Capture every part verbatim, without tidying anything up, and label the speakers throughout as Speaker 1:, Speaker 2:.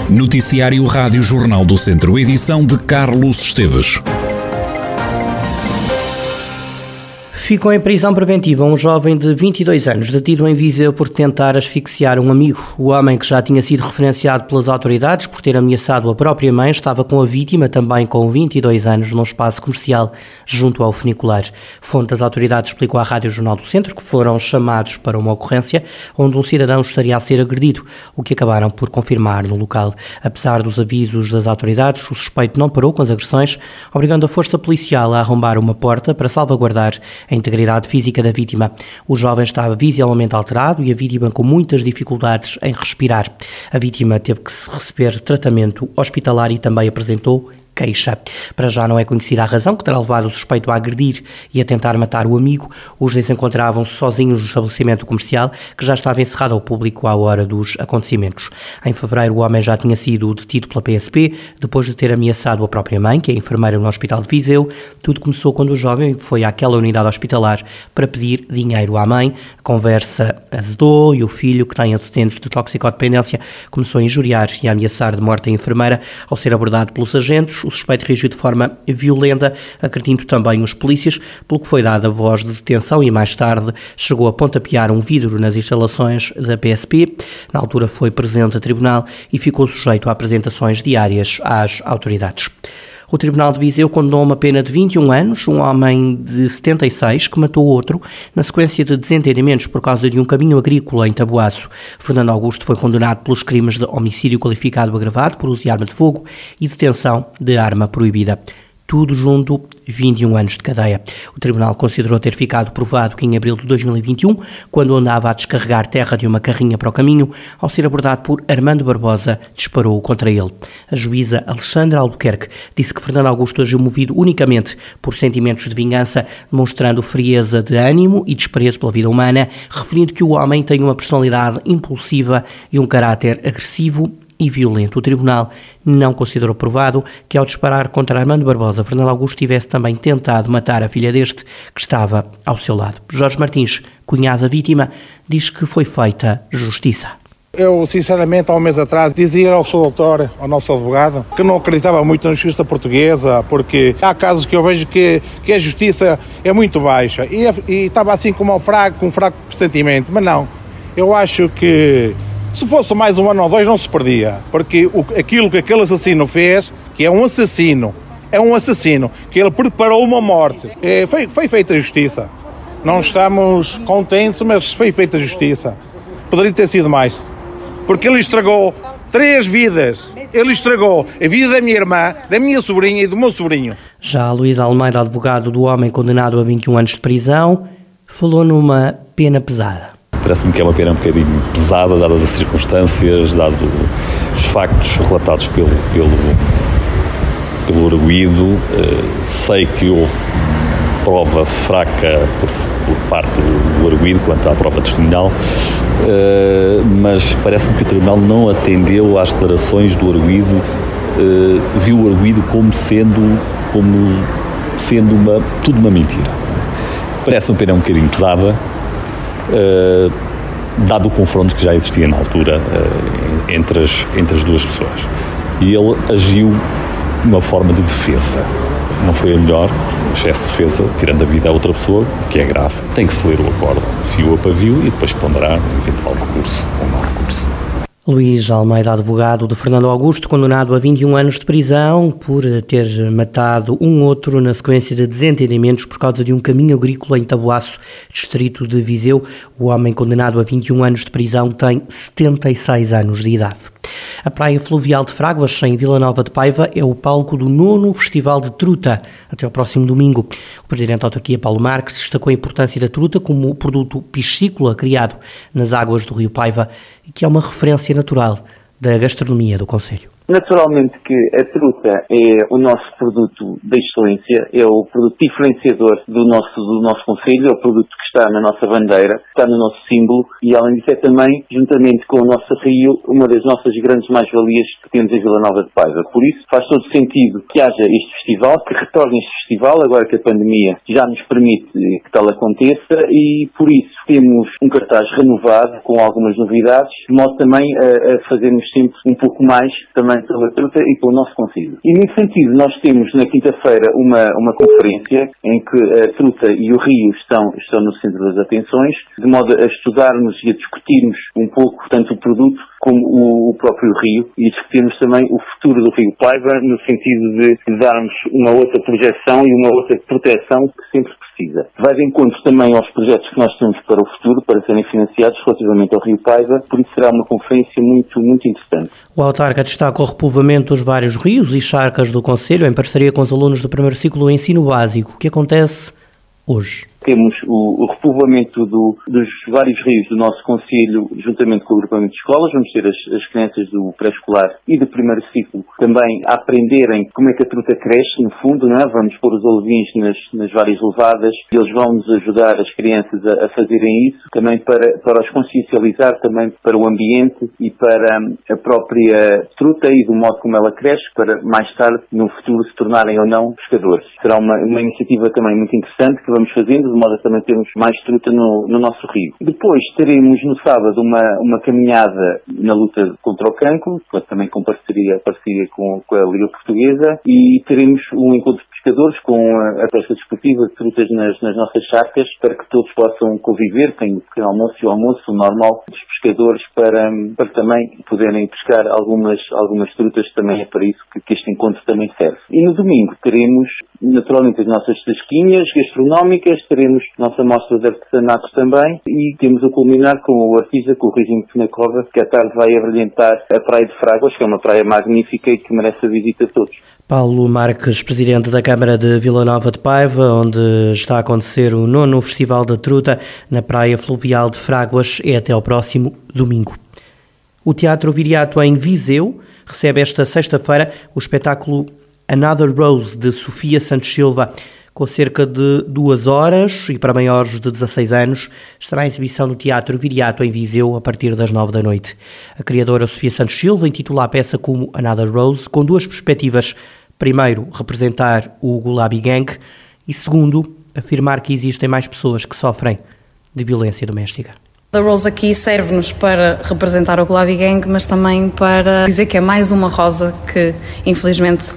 Speaker 1: Noticiário Rádio Jornal do Centro, edição de Carlos Esteves.
Speaker 2: Ficou em prisão preventiva um jovem de vinte e dois anos, detido em Viseu por tentar asfixiar um amigo. O homem, que já tinha sido referenciado pelas autoridades por ter ameaçado a própria mãe, estava com a vítima, também com vinte e dois anos, num espaço comercial junto ao funicular. Fonte das autoridades explicou à Rádio Jornal do Centro que foram chamados para uma ocorrência onde um cidadão estaria a ser agredido, o que acabaram por confirmar no local. Apesar dos avisos das autoridades, o suspeito não parou com as agressões, obrigando a força policial a arrombar uma porta para salvaguardar a integridade física da vítima. O jovem estava visivelmente alterado e a vítima com muitas dificuldades em respirar. A vítima teve que receber tratamento hospitalar e também apresentou queixa. Para já não é conhecida a razão que terá levado o suspeito a agredir e a tentar matar o amigo. Os dois encontravam-se sozinhos no estabelecimento comercial, que já estava encerrado ao público à hora dos acontecimentos. Em fevereiro, o homem já tinha sido detido pela P S P, depois de ter ameaçado a própria mãe, que é enfermeira no Hospital de Viseu. Tudo começou quando o jovem foi àquela unidade hospitalar para pedir dinheiro à mãe. A conversa azedou e o filho, que tem antecedentes de toxicodependência, começou a injuriar e a ameaçar de morte a enfermeira. Ao ser abordado pelos agentes, o suspeito reagiu de forma violenta, agredindo também os polícias, pelo que foi dada a voz de detenção e mais tarde chegou a pontapear um vidro nas instalações da P S P. Na altura foi presente a tribunal e ficou sujeito a apresentações diárias às autoridades. O Tribunal de Viseu condenou uma pena de vinte e um anos um homem de setenta e seis que matou outro na sequência de desentendimentos por causa de um caminho agrícola em Taboaço. Fernando Augusto foi condenado pelos crimes de homicídio qualificado agravado por uso de arma de fogo e detenção de arma proibida. Tudo junto, vinte e um anos de cadeia. O Tribunal considerou ter ficado provado que em abril de dois mil e vinte e um, quando andava a descarregar terra de uma carrinha para o caminho, ao ser abordado por Armando Barbosa, disparou contra ele. A juíza Alexandra Albuquerque disse que Fernando Augusto agiu movido unicamente por sentimentos de vingança, demonstrando frieza de ânimo e desprezo pela vida humana, referindo que o homem tem uma personalidade impulsiva e um caráter agressivo e violento. O Tribunal não considerou provado que, ao disparar contra Armando Barbosa, Fernando Augusto tivesse também tentado matar a filha deste, que estava ao seu lado. Jorge Martins, cunhado da vítima, diz que foi feita justiça.
Speaker 3: Eu, sinceramente, há um mês atrás, dizia ao seu doutor, ao nosso advogado, que não acreditava muito na justiça portuguesa, porque há casos que eu vejo que, que a justiça é muito baixa. E, e estava assim como ao fraco, com um fraco pressentimento. Mas não, eu acho que se fosse mais um ano ou dois não se perdia, porque o, aquilo que aquele assassino fez, que é um assassino, é um assassino, que ele preparou uma morte, é, foi, foi feita justiça. Não estamos contentes, mas foi feita justiça. Poderia ter sido mais, porque ele estragou três vidas. Ele estragou a vida da minha irmã, da minha sobrinha e do meu sobrinho.
Speaker 2: Já Luís Almeida, advogado do homem condenado a vinte e um anos de prisão, falou numa pena pesada.
Speaker 4: Parece-me que é uma pena um bocadinho pesada, dadas as circunstâncias, dados os factos relatados pelo, pelo, pelo arguido. Uh, sei que houve prova fraca por, por parte do arguido quanto à prova testemunhal, uh, mas parece-me que o Tribunal não atendeu às declarações do arguido, uh, viu o arguido como sendo, como sendo uma, tudo uma mentira. Parece-me uma pena um bocadinho pesada. Uh, dado o confronto que já existia na altura uh, entre, as, entre as duas pessoas. E ele agiu de uma forma de defesa. Não foi a melhor, o excesso de defesa, tirando a vida a outra pessoa, que é grave. Tem que se ler o acordo, fio a pavio, e depois ponderar um eventual recurso ou não recurso.
Speaker 2: Luís Almeida, advogado de Fernando Augusto, condenado a vinte e um anos de prisão por ter matado um outro na sequência de desentendimentos por causa de um caminho agrícola em Taboaço, distrito de Viseu. O homem condenado a vinte e um anos de prisão tem setenta e seis anos de idade. A Praia Fluvial de Fráguas, em Vila Nova de Paiva, é o palco do nono Festival de Truta, até ao próximo domingo. O presidente da autarquia, Paulo Marques, destacou a importância da truta como produto piscícola criado nas águas do rio Paiva e que é uma referência natural da gastronomia do concelho.
Speaker 5: Naturalmente que a truta é o nosso produto de excelência, é o produto diferenciador do nosso, do nosso concelho, é o produto que está na nossa bandeira, está no nosso símbolo e, além disso, é também, juntamente com o nosso rio, uma das nossas grandes mais-valias que temos em Vila Nova de Paiva. Por isso, faz todo sentido que haja este festival, que retorne este festival, agora que a pandemia já nos permite que tal aconteça, e por isso temos um cartaz renovado com algumas novidades, de modo também a, a fazermos sempre um pouco mais também pela truta e pelo nosso concelho. E nesse sentido nós temos na quinta-feira uma, uma conferência em que a truta e o rio estão, estão no centro das atenções, de modo a estudarmos e a discutirmos um pouco tanto o produto como o, o próprio rio e discutirmos também o futuro do rio Paiva no sentido de darmos uma outra projeção e uma outra proteção que sempre precisa. Vai de encontro também aos projetos que nós temos para o futuro, para serem financiados relativamente ao rio Paiva, por isso será uma conferência muito, muito interessante.
Speaker 2: O autarca destaca o repovoamento dos vários rios e charcas do concelho em parceria com os alunos do primeiro ciclo do ensino básico, que acontece hoje.
Speaker 5: Temos o, o repovoamento do, dos vários rios do nosso concelho, juntamente com o agrupamento de escolas. Vamos ter as, as crianças do pré-escolar e do primeiro ciclo também a aprenderem como é que a truta cresce, no fundo, não é? Vamos pôr os olivins nas, nas várias levadas e eles vão nos ajudar, as crianças, a, a fazerem isso, também para, para os consciencializar, também para o ambiente e para a própria truta e do modo como ela cresce, para mais tarde, no futuro, se tornarem ou não pescadores. Será uma, uma iniciativa também muito interessante que vamos fazendo, de modo a também termos mais truta no, no nosso rio. Depois teremos no sábado uma, uma caminhada na luta contra o cancro, também com parceria, parceria com, com a Liga Portuguesa, e teremos um encontro de pescadores com a, a pesca desportiva de trutas nas, nas nossas charcas, para que todos possam conviver, tem o pequeno almoço e o almoço normal dos pescadores, para, para também poderem pescar algumas, algumas trutas, também é para isso que, que este encontro também serve. E no domingo teremos naturalmente as nossas tasquinhas gastronómicas, teremos a nossa mostra de artesanato também e temos a culminar com o artista, com o Rizinho de Penacova, que à tarde vai abrilhantar a Praia de Fráguas, que é uma praia magnífica e que merece a visita de todos.
Speaker 2: Paulo Marques, presidente da Câmara de Vila Nova de Paiva, onde está a acontecer o nono Festival da Truta na Praia Fluvial de Fráguas, é até ao próximo domingo. O Teatro Viriato em Viseu recebe esta sexta-feira o espetáculo Another Rose, de Sofia Santos Silva, com cerca de duas horas e para maiores de dezasseis anos, estará em exibição no Teatro Viriato em Viseu a partir das nove da noite. A criadora Sofia Santos Silva intitula a peça como Another Rose, com duas perspectivas. Primeiro, representar o Gulabi Gang e segundo, afirmar que existem mais pessoas que sofrem de violência doméstica.
Speaker 6: A Rose aqui serve-nos para representar o Gulabi Gang, mas também para dizer que é mais uma rosa que, infelizmente,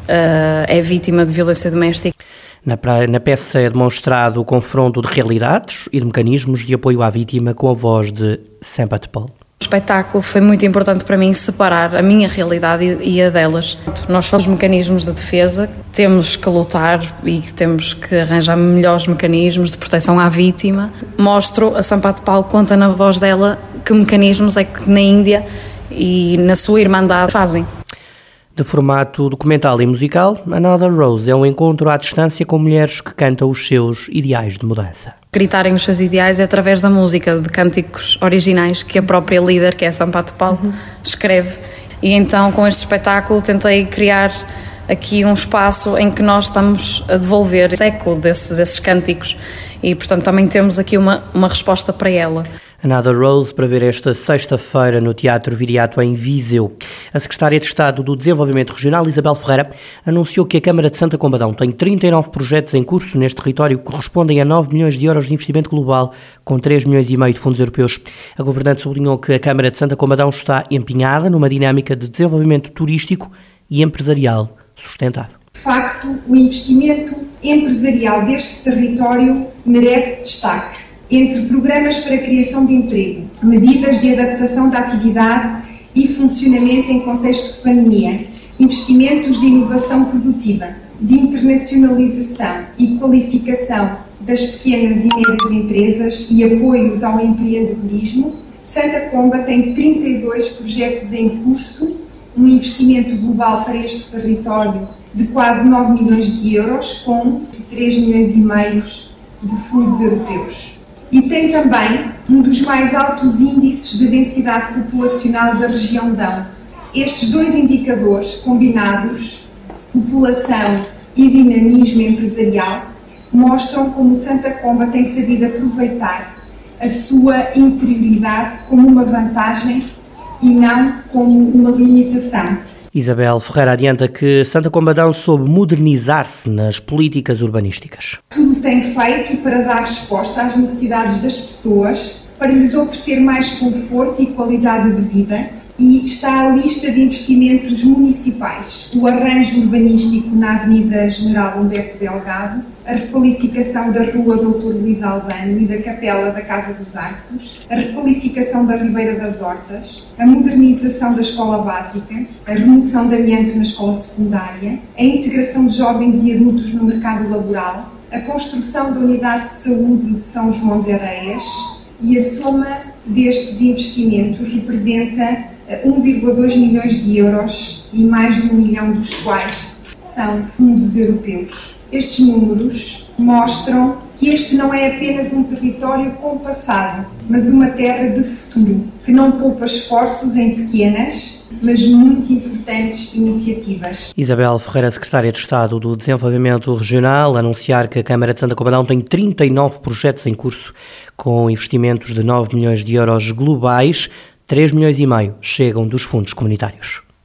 Speaker 6: é vítima de violência doméstica.
Speaker 2: Na, pra... Na peça é demonstrado o confronto de realidades e de mecanismos de apoio à vítima com a voz de Sampath Paul.
Speaker 6: O espetáculo foi muito importante para mim separar a minha realidade e a delas. Nós somos mecanismos de defesa, temos que lutar e temos que arranjar melhores mecanismos de proteção à vítima. Mostro, a Sampath Paul conta na voz dela que mecanismos é que na Índia e na sua irmandade fazem.
Speaker 2: De formato documental e musical, Another Rose é um encontro à distância com mulheres que cantam os seus ideais de mudança.
Speaker 6: Gritarem os seus ideais é através da música, de cânticos originais que a própria líder, que é a Sampath Paul, uhum. escreve. E então, com este espetáculo, tentei criar aqui um espaço em que nós estamos a devolver esse eco desse, desses cânticos e, portanto, também temos aqui uma, uma resposta para ela.
Speaker 2: Another Rose, para ver esta sexta-feira no Teatro Viriato em Viseu. A Secretária de Estado do Desenvolvimento Regional, Isabel Ferreira, anunciou que a Câmara de Santa Combadão tem trinta e nove projetos em curso neste território que correspondem a nove milhões de euros de investimento global, com três milhões e meio de fundos europeus. A governante sublinhou que a Câmara de Santa Combadão está empenhada numa dinâmica de desenvolvimento turístico e empresarial sustentável.
Speaker 7: De facto, o investimento empresarial deste território merece destaque. Entre programas para a criação de emprego, medidas de adaptação da atividade e funcionamento em contexto de pandemia, investimentos de inovação produtiva, de internacionalização e qualificação das pequenas e médias empresas e apoios ao empreendedorismo, Santa Comba tem trinta e dois projetos em curso, um investimento global para este território de quase nove milhões de euros, com três milhões e meio de fundos europeus. E tem também um dos mais altos índices de densidade populacional da região Dão, Estes dois indicadores combinados, população e dinamismo empresarial, mostram como Santa Comba tem sabido aproveitar a sua interioridade como uma vantagem e não como uma limitação.
Speaker 2: Isabel Ferreira adianta que Santa Combadão soube modernizar-se nas políticas urbanísticas.
Speaker 7: Tudo tem feito para dar resposta às necessidades das pessoas, para lhes oferecer mais conforto e qualidade de vida, e está a lista de investimentos municipais: o arranjo urbanístico na Avenida General Humberto Delgado, a requalificação da Rua doutor Luís Albano e da Capela da Casa dos Arcos, a requalificação da Ribeira das Hortas, a modernização da escola básica, a remoção de amianto na escola secundária, a integração de jovens e adultos no mercado laboral, a construção da unidade de saúde de São João de Areias, e a soma destes investimentos representa um vírgula dois milhões de euros e mais de um milhão dos quais são fundos europeus. Estes números mostram que este não é apenas um território com passado, mas uma terra de futuro, que não poupa esforços em pequenas, mas muito importantes iniciativas.
Speaker 2: Isabel Ferreira, secretária de Estado do Desenvolvimento Regional, anunciar que a Câmara de Santa Combadão tem trinta e nove projetos em curso, com investimentos de nove milhões de euros globais, três milhões e meio chegam dos fundos comunitários.